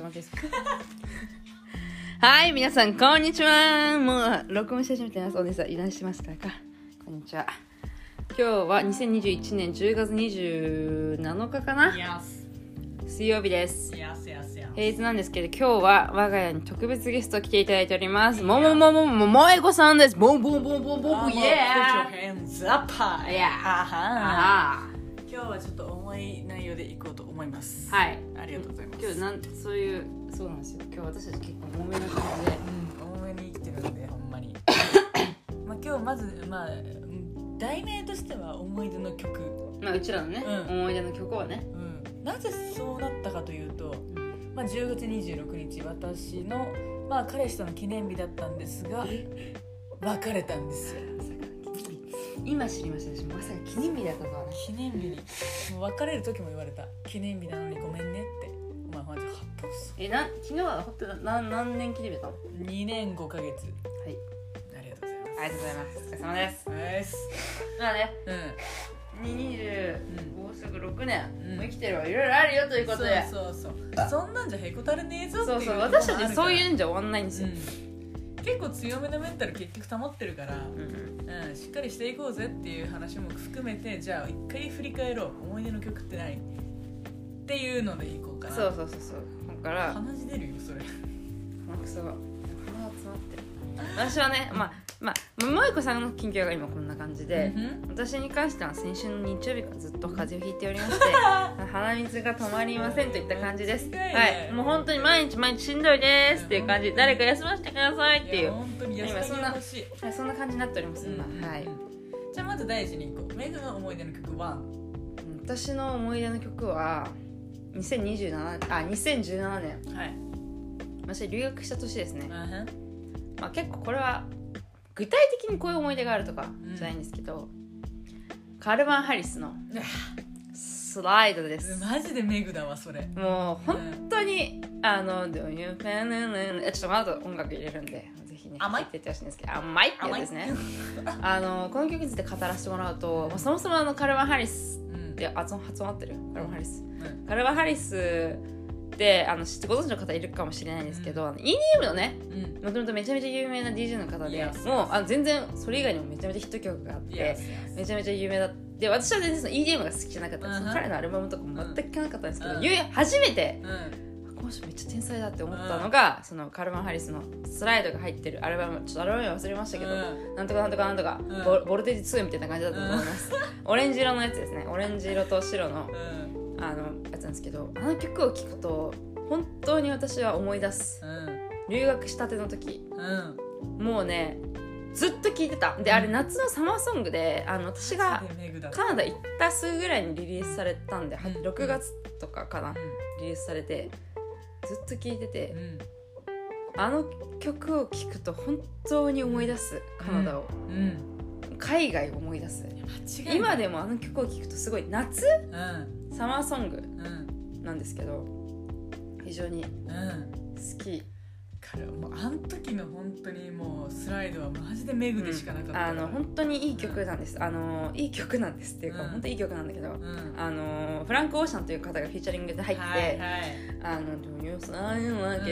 もらっていいですかはい、皆さんこんにちは。もう録音し始めてます。お姉さん油断してますか。こんにちは。今日は2021年10月27日かな、水曜日です。平日なんですけど、今日は我が家に特別ゲスト来ていただいております。もえこさんです。ボンボンボンボンボン、イエー。 今日はちょっと重い内容でいこうと思います。 はい、 ありがとうございます。 今日そうなんですよ。今日私たち結構重めな感じで、 重めに生きてるんでほんまに今日まず題名としては思い出の曲、 うちらのね、思い出の曲はね、 なぜそうなったかというと、10月26日私の彼氏との記念日だったんですが別れたんですよ。 今知りましたし、まさか記念日だったとはね。 記念日にもう別れる時も言われた。記念日なのにごめんねって。お前マジハッとす。 昨日はほんと何年記念日だったの ？2年5ヶ月。 はい、 ありがとうございます。 ありがとうございます。お疲れ様です。まあね、もうすぐ6年、もう生きてるわ、いろいろあるよということで、 そんなんじゃへこたれねえぞっていう。 そう私たちそういうんじゃ終わんないんですよ。 結構強めのメンタル結局保ってるから、しっかりしていこうぜっていう話も含めて、じゃあ一回振り返ろう、思い出の曲って何っていうのでいこうかな。 そうだから鼻血出るよそれ。 鼻くそが鼻が詰まってる。私はね、萌子さんの近況が今こんな感じで、私に関しては先週の日曜日からずっと風邪をひいておりまして鼻水が止まりませんといった感じです。はい、もう本当に毎日しんどいですっていう感じで、誰か休ませてくださいっていう、 本当に休ませてほしい。 そんな感じになっております今。はい。 じゃあまず第一にいこう。メグの思い出の曲は？ 私の思い出の曲は2017年。はい。私留学した年ですね。結構これは具体的にこういう思い出があるとかじゃないんですけど、カルバン・ハリスのスライドです。 マジでメグだわそれ。 もう本当にちょっとまだ音楽入れるんでぜひね甘いって言ってほしいんですけど、甘いってやつですねこの曲について語らせてもらうと、そもそもカルバン・ハリスって発音合ってる？カルバン・ハリス、カルバン・ハリスで知ってご存知の方いるかもしれないんですけど、EDM のね、もともとめちゃめちゃ有名な DJ の方で、もう全然それ以外にもめちゃめちゃヒット曲があって、めちゃめちゃ有名だって、私は全然その EDM が好きじゃなかったんです。彼のアルバムとかも全く聴かなかったんですけど、初めて、この人めっちゃ天才だって思ったのが、そのカルバン・ハリスのスライドが入ってるアルバム、ちょっとアルバム忘れましたけど、なんとか、ボルテージ2みたいな感じだったと思います。オレンジ色のやつですね。オレンジ色と白のやつなんですけど、曲を聴くと本当に私は思い出す、留学したての時、もうねずっと聴いてた。であれ夏のサマーソングで、私がカナダ行ったすぐぐらいにリリースされたんで、6月とかかな、リリースされてずっと聴いてて、あの曲を聴くと本当に思い出すカナダを、海外を思い出す。今でもあの曲を聴くとすごい夏、サマーソングなんですけど、非常に好き。 もうあの時の本当にもうスライドはマジでメグでしかなかった、 本当にいい曲なんです。いい曲なんですっていうか、本当にいい曲なんだけど、フランク・オーシャンという方がフィーチャリングで入ってて、Do you sign like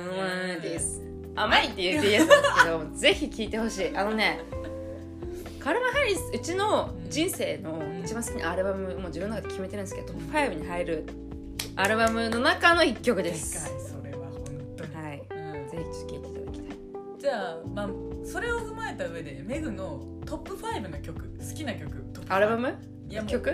this 甘いって言ってるやつなんですけどぜひ聴いてほしい。カルバン・ハリス、うちの人生の一番好きなアルバム、もう自分の中で決めてるんですけど、トップ5に入るアルバムの中の1曲です。 それは本当に、 はい、ぜひ聴いていただきたい。 じゃあ、それを踏まえた上でメグのトップ5の曲、好きな曲、 アルバム？ いや曲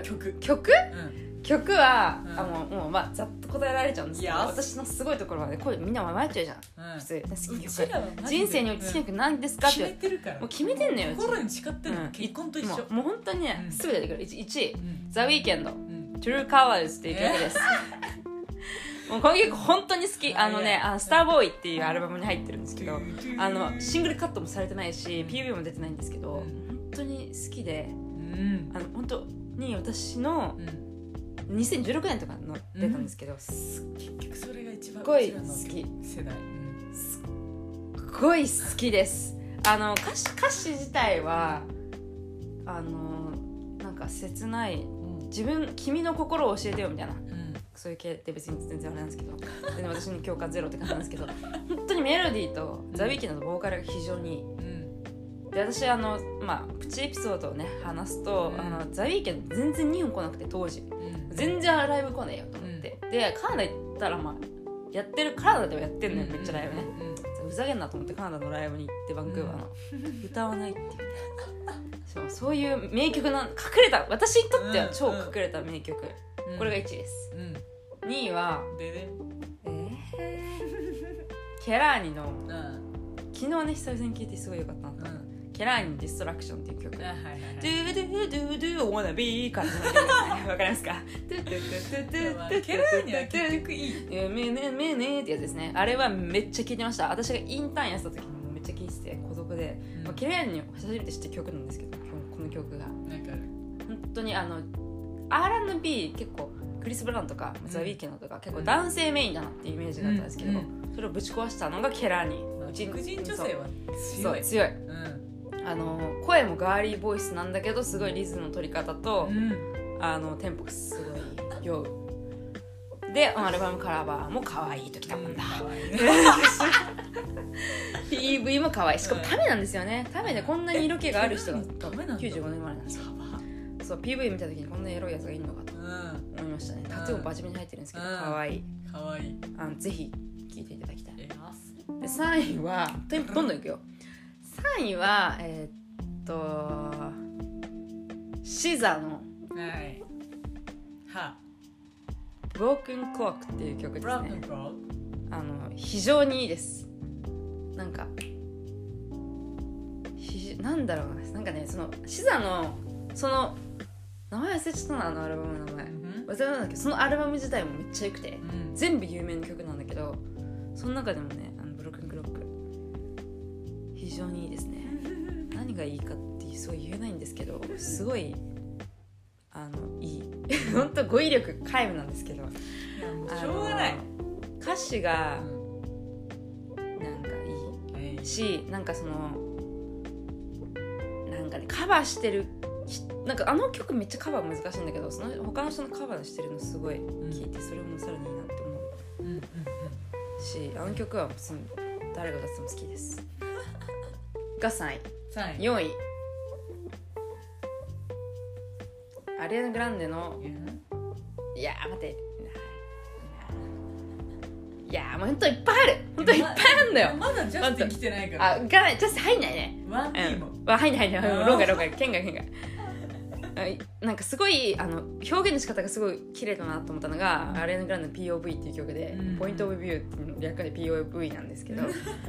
は、もうざっと答えられちゃうんですけど、私のすごいところはね、これみんな迷っちゃうじゃん、普通好きな曲、人生に好きな曲何ですかって決めてるから、 もう決めてんのよ。 心に誓ってるの、結婚と一緒。 もう本当にね、すぐ出てくる。1位、The Weeknd、True Colors っていう曲です。もうこの曲本当に好き。スターボーイっていうアルバムに入ってるんですけど、シングルカットもされてないし PV も出てないんですけど、本当に好きで、本当に私の2016年とかの出たんですけど、 結局それが一番すごい好き、 世代、 すっごい好きです。歌詞自体はなんか切ない、君の心を教えてよみたいなそういう系って別に全然あれなんですけど全然私に共感ゼロって感じなんですけど本当にメロディーとザ・ウィーキンドのボーカルが非常にいい、で私プチエピソードをね話すと、ザ・ウィーキンド全然日本来なくて当時、全然ライブ来ねえよと思って、でカナダ行ったらやってるカナダではやってるのよ、めっちゃライブね、ふざけんなと思ってカナダのライブに行ってバンクーバーの、歌わないっていうそういう名曲隠れた、私にとっては超隠れた名曲、これが1位です、2位はケラーニの、昨日ね久々に聴いてすごい良かったなと思った、ケラーニのディストラクションっていう曲、ドゥドゥドゥドゥオーナビーから始まる曲わかりますか？ドゥドゥドゥドゥドゥケラーニは結局いいめねめねってやつですね。あれはめっちゃ聴いてました。私がインターンやってた時にもめっちゃ聴いてて孤独で、ケラーニを初めて知った曲なんですけど、この曲が本当にR&B 結構クリス・ブラウンとかザ・ウィーキンドとか結構男性メインだなっていうイメージがあったんですけど、それをぶち壊したのがケラーニ。 黒人女性は強い、強い、声もガーリーボイスなんだけどすごいリズムの取り方と、テンポがすごい酔うでアルバムカラーも可愛いときたもんだ、PV も可愛い、しかもタメなんですよね。タメでこんなに色気がある人が95年生まれなんですよ。そう PV 見た時にこんなエロいやつがいるのかと思いましたね。タトゥーもバチバチに入ってるんですけど可愛い、ぜひ聴いていただきたい。で3位はどんどんいくよ。3位はシザのBroken Clock っていう曲ですね。非常にいいです。なんかなんだろうな、なんかね、そのシザのその名前忘れちゃったな、アルバムの名前、忘れたんだけど、そのアルバム自体もめっちゃ良くて、全部有名な曲なんだけど、その中でもねBroken Clock非常にいいですね。何がいいかってすごい言えないんですけど、すごいいい本当語彙力皆無なんですけど、 しょうがない。 歌詞がなんかいいし、なんかそのなんかねカバーしてる、なんか曲めっちゃカバー難しいんだけど、その他の人のカバーしてるのすごい聞いて、それもさらにいいなって思うし、曲は誰が歌っても好きですが3位、4位アリアナ・グランデのいや待っていやもうほんといっぱいある、ほんといっぱいあるんだよ。 まだジャスティン来てないから。 ジャスティン入んないね。 ワンピーも入んないローガ県外なんかすごい表現の仕方がすごい綺麗だなと思ったのが、アリアナ・グランデの POV っていう曲で、ポイントオブビューっていう略で POV なんですけど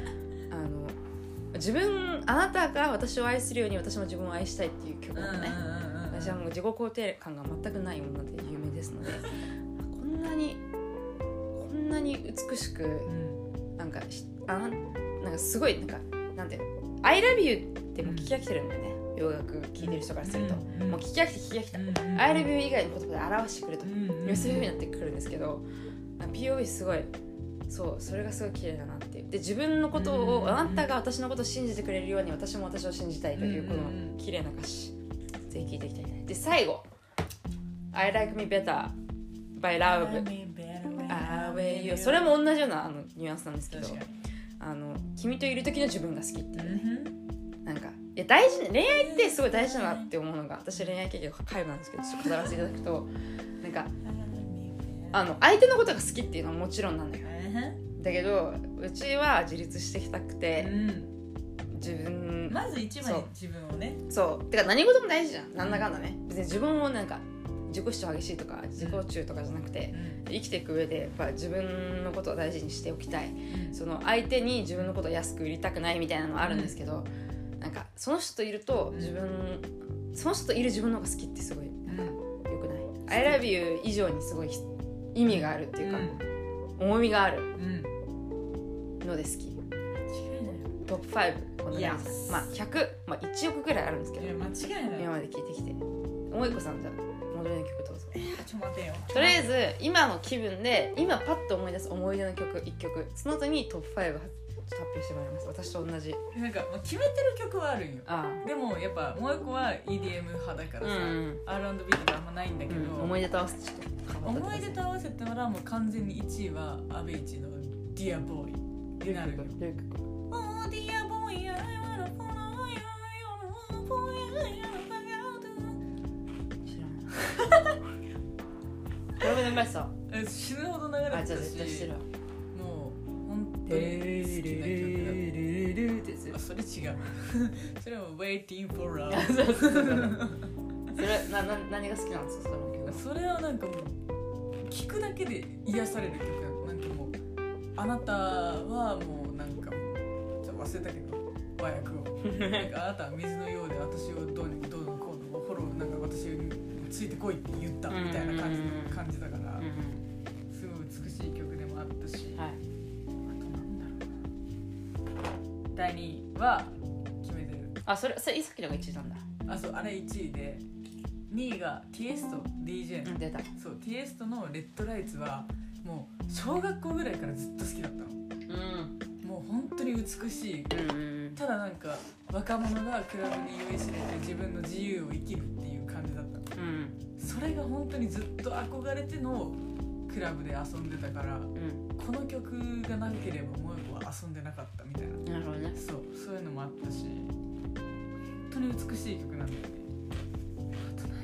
あなたが私を愛するように私も自分を愛したいっていう曲なのね。私はもう自己肯定感が全くない女で有名ですので、こんなに美しく、なんかすごいなんていうの I love you ってもう聞き飽きてるんだよね、洋楽聴いてる人からすると、もう聞き飽きた、I love you 以外の言葉で表してくれと、そういう風になってくるんですけど、POV すごいそれがすごい綺麗だなっていう。で自分のことを、あなたが私のことを信じてくれるように私も私を信じたいというこの綺麗な歌詞、ぜひ聴いていきたいね。で最後 I like me better by love それも同じようなニュアンスなんですけど、君といる時の自分が好きっていうね、なんかいや大事、恋愛ってすごい大事だなって思うのが、私恋愛経験が皆無なんですけど、ちょっと語らせていただくと、なんか相手のことが好きっていうのはもちろんなんだよ、だけどうちは自立してきたくて、 まず一番に自分をね、 そうてか何事も大事じゃん、なんだかんだね。別に自分をなんか自己主張激しいとか自己中とかじゃなくて、生きていく上でやっぱ自分のことを大事にしておきたい、その相手に自分のことを安く売りたくないみたいなのはあるんですけど、なんかその人といるとその人といる自分の方が好きってすごいなんか良くない？ I love you 以上にすごい意味があるっていうか、重みがあるので好き。トップ5こんな感じです。100、1億くらいあるんですけど、 間違いない。 今まで聞いてきて、もいこさんじゃ戻りの曲どうぞ。 ちょっと待てよ。 とりあえず今の気分で今パッと思い出す思い出の曲1曲、その後にトップ5発表してもらいます。私と同じ。 なんか決めてる曲はあるんよ。でもやっぱもう一個は EDM 派だからさ、R&B とかあんまないんだけど、 思い出と合わせてちょっと思い出と合わせたらもう完全に1位はアベイチの Dear Boy になるよ。Oh Dear Boy I wanna follow you 知らないこれもうまいさ死ぬほど流れてたし、 絶対してるわ。 もう本当に好きな曲だった。あ、それ違うそれは Waiting for Love それ何が好きなんですか、その曲。 それはなんかもう聞くだけで癒される曲なの。なんかもうあなたはもうなんかもうちょっと忘れたけど和訳をなんかあなたは水のようで私をどうにこうのフォローなんか私についてこいって言ったみたいな感じだから、すごい美しい曲でもあったし、 はい、 あとなんだろうな、第2位は決めてる。 あ、それさっきのが1位なんだ。 あ、そう、あれ1位で2位がティエスト DJ、 出た。 そう、ティエストのレッドライツはもう小学校ぐらいからずっと好きだったの。もう本当に美しい、ただなんか若者がクラブに酔いしれて自分の自由を生きるっていう感じだったの、それが本当にずっと憧れてのクラブで遊んでたから、この曲がなければもう一個は遊んでなかったみたいな。 なるほどね。 そういうのもあったし、本当に美しい曲なんだよね。あと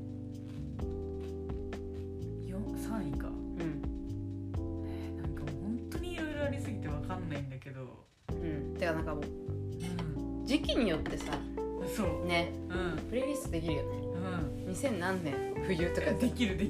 何？3位か。なんかもう本当にいろいろありすぎて分かんないんだけど。 てかなんかもう、時期によってさ、 そうね、プレイリストできるよね。2000何年冬とかできるよね。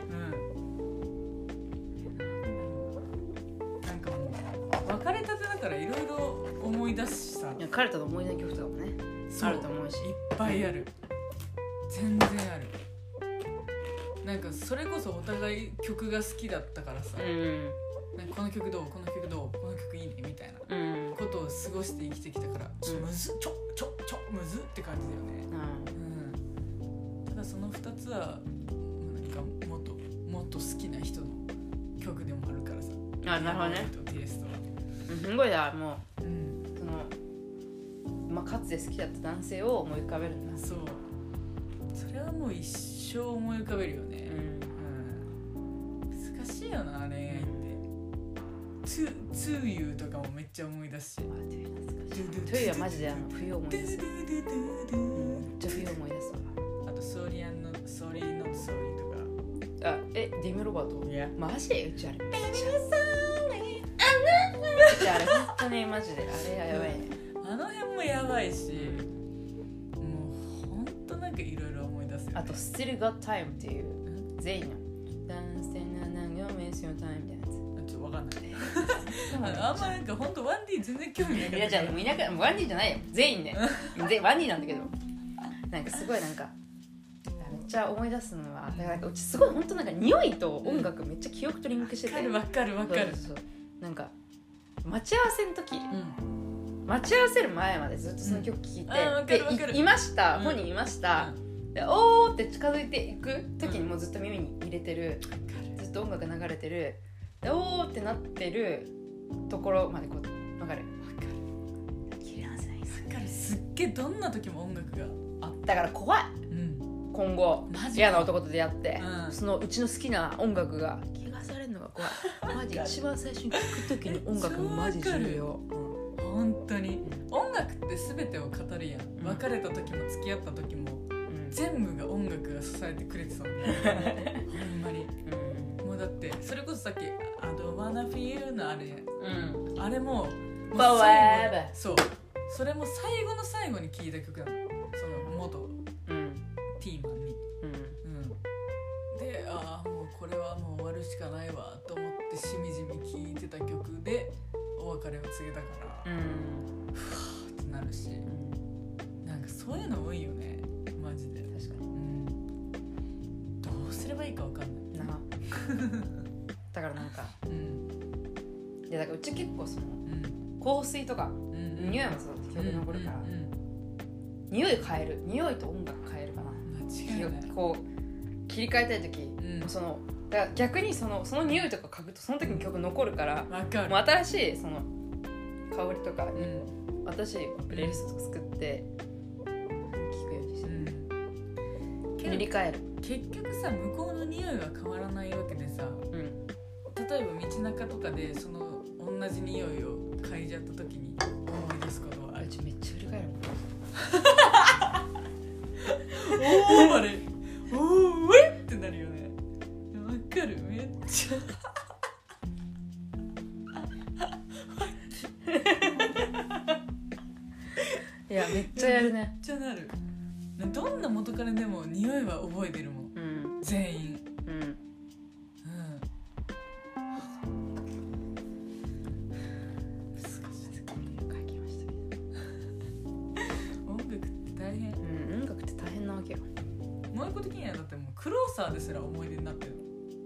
なんかもう別れたてだからいろいろ思い出すしさ。 いや彼との思い出の曲とかもねあると思うし、いっぱいある。全然ある。なんかそれこそお互い曲が好きだったからさ、なんかこの曲どうこの曲どうこの曲いいねみたいなことを過ごして生きてきたから、むずむずって感じだよね。ただその2つはなんかもっと好きな人の曲でもあるからさ。 あ、なるほどね。 テイストはすごいだ、もう、そのかつて好きだった男性を思い浮かべるんだ。 そう、それはもう一生思い浮かべるよね。難しいよな、恋愛って。To You とかもめっちゃ思い出すし。 To You はマジで冬を思い出す。めっちゃ冬を思い出すわ。 あと Sorry Not Sorry とか。 あ、ディム・ロバート。 いやマジでうちあれ。うちあれ本当にマジであれやばいね。 あの辺もやばいし、もう本当なんかいろいろ思い出すよね。 あと Still Got Time っていう全員の Dance and I'm gonna miss your time みたいなやつ。 ちょっとわかんないあんまなんか本当ワンディ全然興味ないから。 いやじゃあもういなくワンディじゃないよ、全員ねワンディなんだけど、なんかすごいなんかめっちゃ思い出すのは、だからなんかうちすごい本当なんか匂いと音楽めっちゃ記憶とリンクしてて、 わかるそうなんか待ち合わせの時、待ち合わせる前までずっとその曲聴いて、でいました、本人いました、でおーって近づいていく時にもうずっと耳に入れてる、ずっと音楽流れてる、でおーってなってるところまでこう分かる切り離せないです。 分かる、すっげえどんな時も音楽があった。 だから怖い、今後嫌な男と出会って、そのうちの好きな音楽が気がされるのが怖い。マジ一番最初に聴く時に音楽マジ重要。 本当に音楽って全てを語るやん。別れた時も付き合った時も、全部が音楽が支えてくれてたのねほんまに、もうだってそれこそさっき「I don't wanna feel」のあれやん、あれもそう、それも最後の最後に聴いた曲なの、その元、ティーマンに、でもうこれはもう終わるしかないわと思ってしみじみ聴いてた曲でお別れを告げたから、ふわーってなるし、なんかそういうの多いよねマジで。 確かに、 どうすればいいか分かんないなだからなんか、でだからうち結構その、香水とか、匂いもそう記憶に残るから、匂い変える、匂いと音楽変えるかな。 間違いない。 こう切り替えたい時、そのだから逆にその匂いとか嗅ぐとその時に曲残るから、もう新しいその香りとか、新しいプレイリストとか作って聴くようにして、塗り替える。 結局さ向こうの匂いは変わらないわけでさ、例えば道中とかでその同じ匂いを嗅いじゃった時に思い出すことはある。 うちめっちゃ振り返るもんおーあれおーえってなるよね。わかる、めっちゃいやめっちゃやるね。 めっちゃなる。どんな元彼でも匂いは覚えてるもん、全員。もう一個的にはだってもうクローサーですら思い出になってるの。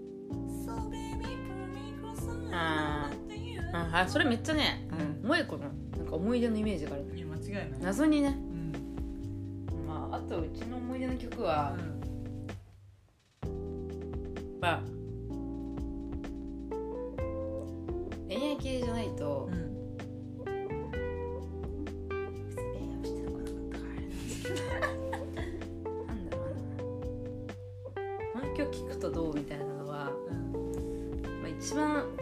あ、それめっちゃね、萌子のなんか思い出のイメージがある。 いや間違いない。 謎にね。まああとうちの思い出の曲は、まあ恋愛系じゃないと。聞くとどうみたいなのは、一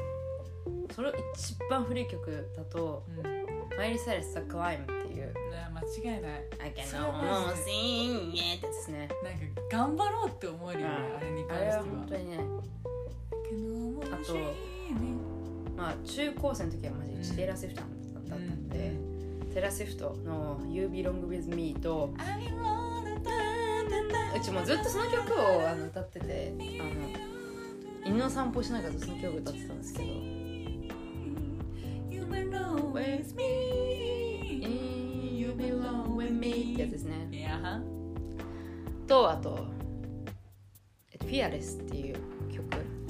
番古い曲だと、マイリー・サイラス・ザ・クライムっていう、 間違いない。 I can almost sing it ってですね。 なんか頑張ろうって思えるよね、あれに関しては。あれは本当にね。あと、まあ中高生の時はマジうちテイラー・スウィフトだったんで、テイラー・スウィフトの You Belong With Me とうちもずっとその曲を歌ってて、犬の散歩しながらその曲を歌ってたんですけど、 You belong with me You belong with me ってやつですね。とあとFearless っていう曲、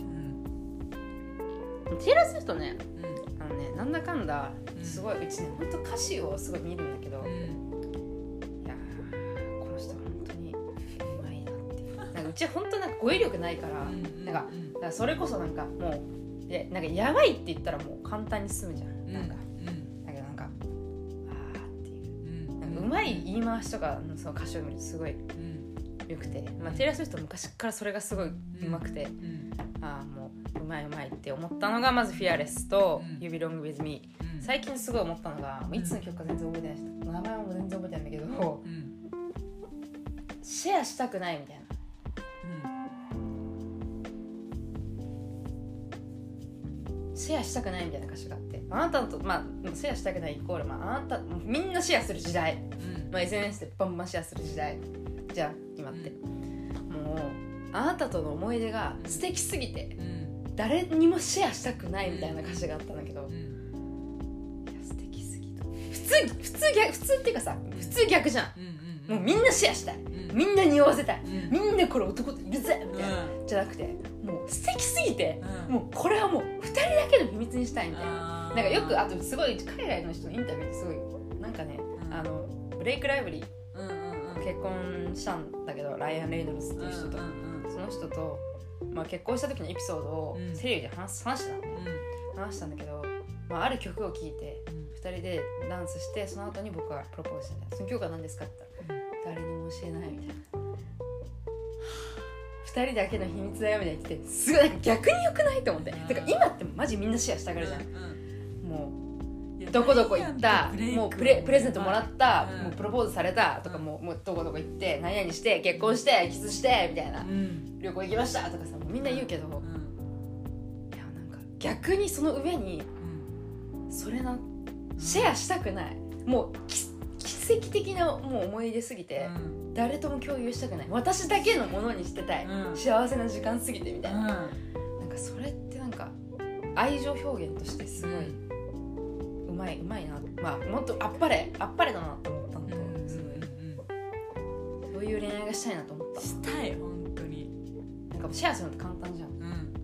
テイラー・スウィフトね、なんだかんだすごい、うちねほんと歌詞をすごい見るんだけど、いやこの人本当にうまいなっていう。なんかうち本当なんか語彙力ないから、なんかそれこそなんかもうなんかやばいって言ったらもう簡単に済むじゃん。なんかだけどなんかあーっていうなんかうまい言い回しとかのその歌詞を見るとすごい良くて、まあテイラー・スウィフト昔からそれがすごいうまくて、ああもううまいうまいって思ったのがまず Fearless と You Belong With Me。最近すごい思ったのが、いつの曲か全然覚えてないし、名前も全然覚えてないんだけど、シェアしたくないみたいな、シェアしたくないみたいな歌詞があって、あなたと、まあシェアしたくないイコール、まあ、あなたみんなシェアする時代、まあ、SNS でバンバンシェアする時代じゃん今って、もうあなたとの思い出が素敵すぎて、誰にもシェアしたくないみたいな歌詞があったんだけど、いや素敵すぎと。普通っていうかさ、普通逆じゃん、もうみんなシェアしたい、みんなに合わせたい、みんなこれ男といるぜみたいな、じゃなくてもう素敵すぎて、もうこれはもう2人だけの秘密にしたいみたいな。なんかよくあとすごい海外の人のインタビューですごいなんかね、ブレイク・ライブリー結婚したんだけど、ライアン・レイノルズっていう人と、その人と、まあ、結婚した時のエピソードをテレビで話したんだけど、まあ、ある曲を聴いて2人でダンスして、その後に僕はプロポーズした、その曲は何ですかって言ったら、誰にも教えないみたいな、2人だけの秘密だよみたいに言って、すごいなんか逆に良くないと思って。だから今ってマジみんなシェアしたがるじゃん、もうどこどこ行った、もうプレゼントもらった、もうプロポーズされたとか、もうどこどこ行って何々して結婚してキスしてみたいな、旅行行きましたとかさ、もうみんな言うけど、いやなんか逆にその上に、それなシェアしたくない、もう奇跡的なもう思い出すぎて、誰とも共有したくない、私だけのものにしてたい、幸せな時間すぎてみたいな、なんかそれってなんか愛情表現としてすごい、うまいな、まあもっとあっぱれだなと思ったのと、すごいそういう恋愛がしたいなと思った。 したい、本当に。 なんかシェアするのって簡単じゃん、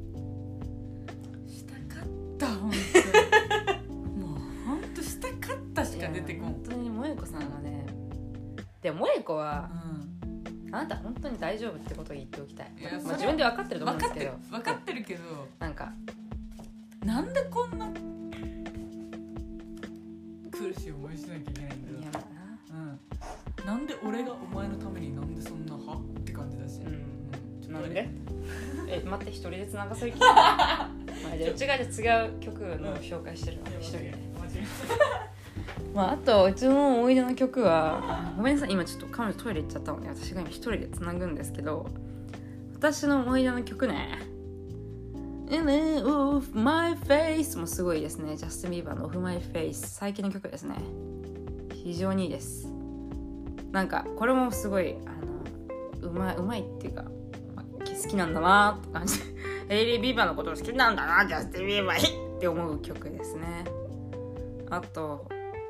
したかった本当にもう本当したかったしか出てこん。 本当に萌子さんがね、でも萌子は、あなた本当に大丈夫ってことを言っておきたい。まあ、自分で分かってると思うんですけど、 分かってるけど、 なんかなんでこんな苦しい思いしなきゃいけないんだよ。いやまあな、なんで俺がお前のためになんでそんなはって感じだし、 で待って一人でつながそういう気まあ、じゃあうちが違う曲の紹介してるわ一人でまあ、あとうちの思い出の曲はごめんなさい今ちょっと彼女トイレ行っちゃったので私が今一人でつなぐんですけど私の思い出の曲ねOff My Face もすごいですねジャスティン・ビーバーの Off My Face 最近の曲ですね非常にいいですなんかこれもすごいうまいっていうか、まあ、好きなんだなって感じヘイリー・ビーバーのこと好きなんだなジャスティン・ビーバーって思う曲ですねあと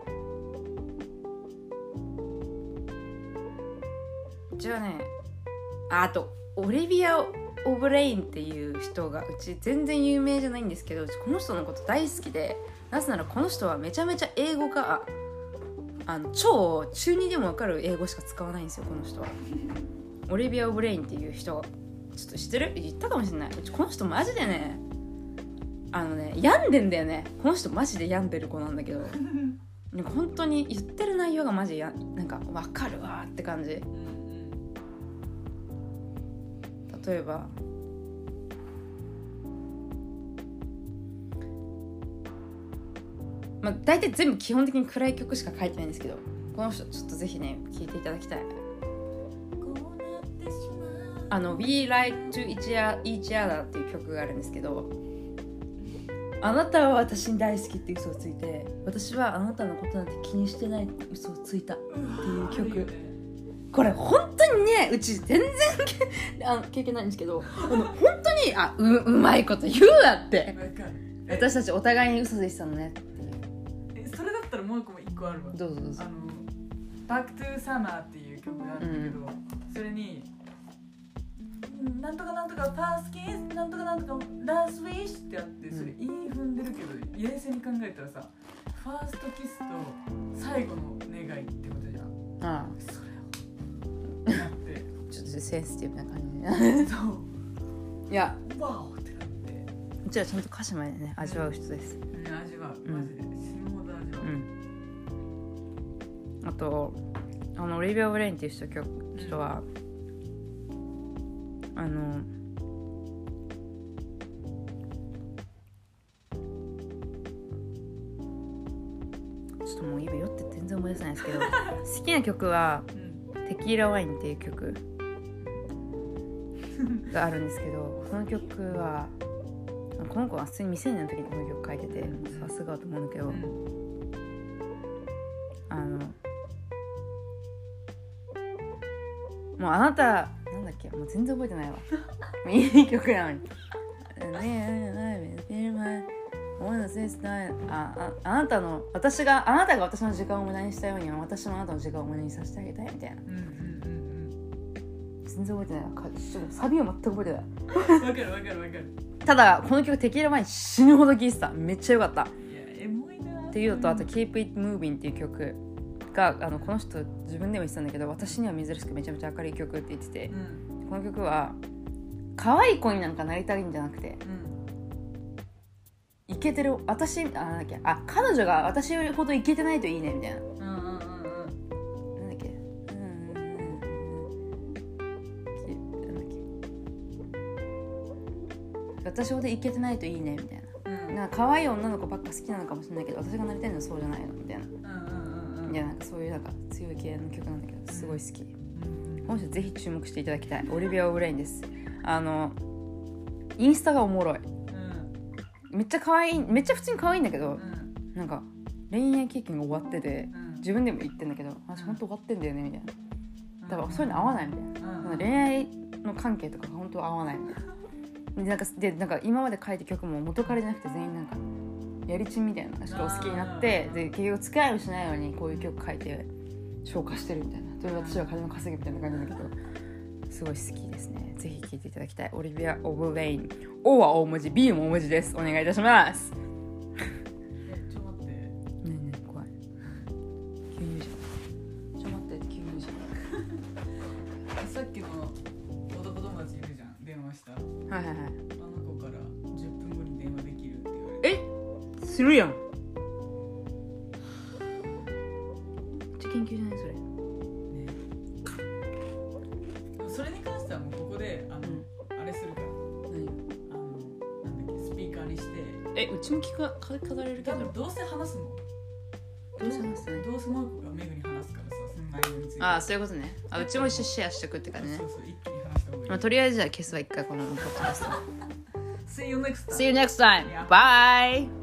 じゃあねあとオリビア・オブレインっていう人がうち全然有名じゃないんですけどこの人のこと大好きでなぜならこの人はめちゃめちゃ英語が超中2でも分かる英語しか使わないんですよこの人はオリビア・オブレインっていう人ちょっと知ってる言ったかもしれないうちこの人マジでね病んでんだよねこの人マジで病んでる子なんだけど本当に言ってる内容がマジなんか分かるわって感じ例えばまあ大体全部基本的に暗い曲しか書いてないんですけどこの人ちょっとぜひね聴いていただきたいWe Lie to Each Other っていう曲があるんですけどあなたは私に大好きって嘘をついて私はあなたのことなんて気にしてないって嘘をついたっていう曲これ本当にねうち全然経験ないんですけど本当にうまいこと言うなって私たちお互いに嘘でしたのねっていうそれだったらもう一個あるわどうぞバックトゥーサマーっていう曲があるんだけど、それになんとかなんとかパースキーなんとかなんとかラスウィッシュってあってそれ韻踏んでるけど冷静に考えたらさファーストキスと最後の願いってことじゃんああそれをなってちょっとセンシティブな感じねそういやワオってなってうちはちゃんと歌詞までね味わう人です、 味わうマジで死ぬほど味わう、 あとオリビア・オブレインっていう人は、ちょっともう今酔って全然思い出せないんですけど好きな曲は、テキーラワインっていう曲があるんですけどこの曲はこの子は普通に未成年の時にこの曲書いててさすがと思うんだけど、もうあなたなんだっけもう全然覚えてないわいい曲なのにあなたが私の時間を無駄にしたように私もあなたの時間を無駄にさせてあげたいみたいな、全然覚えてないわサビは全く覚えてないわかるただこの曲テキーラワイン死ぬほど聴いてためっちゃ良かったエモいなっていうのとあと Keep It Moving っていう曲がこの人自分でも言ってたんだけど私には珍しくめちゃめちゃ明るい曲って言ってて、この曲は可愛い子になんかなりたいんじゃなくて、イケてる彼女が私ほどイケてないといいねみたいな、なんだっけ私ほどイケてないといいねみたいな、なんか可愛い女の子ばっか好きなのかもしれないけど私がなりたいのはそうじゃないのみたいな、いやなんかそういうなんか強い系の曲なんだけどすごい好き、この人ぜひ注目していただきたいオリビア・オブレインです。インスタがおもろい、めっちゃ可愛いめっちゃ普通に可愛いんだけど、なんか恋愛経験が終わってて、自分でも言ってんだけど私本当終わってんだよねみたいな、だからそういうの合わないみたいな、恋愛の関係とかが本当合わないみたいななんか今まで書いた曲も元彼じゃなくて全員なんかやりちんみたいな人を好きになってで結局付き合いをしないようにこういう曲書いて消化してるみたいな、それで私は金の稼ぎみたいな感じなんだけどすごい好きですね。ぜひ聴いていただきたいオリビア・オブレイン O は大文字 B も大文字です。お願いいたします。 ちょ待ってねえ怖い急にじゃんちょ待って急にじゃんさっきの男友達いるじゃん電話したはいあの子から10分後に電話できるって言われてするやんめっちゃ研究じゃないそれそれに関してはもうここであれうちも飾れるけどどうせ話すもん。どうせマークがメグに話すからさ、その内容について。 ああ、そういうことね。うちも一緒シェアしてくって感じね。 そう一気に話した方がいい。 とりあえずじゃあ消すは一回このポッドキャスト。 See you next time. See you next time. Bye.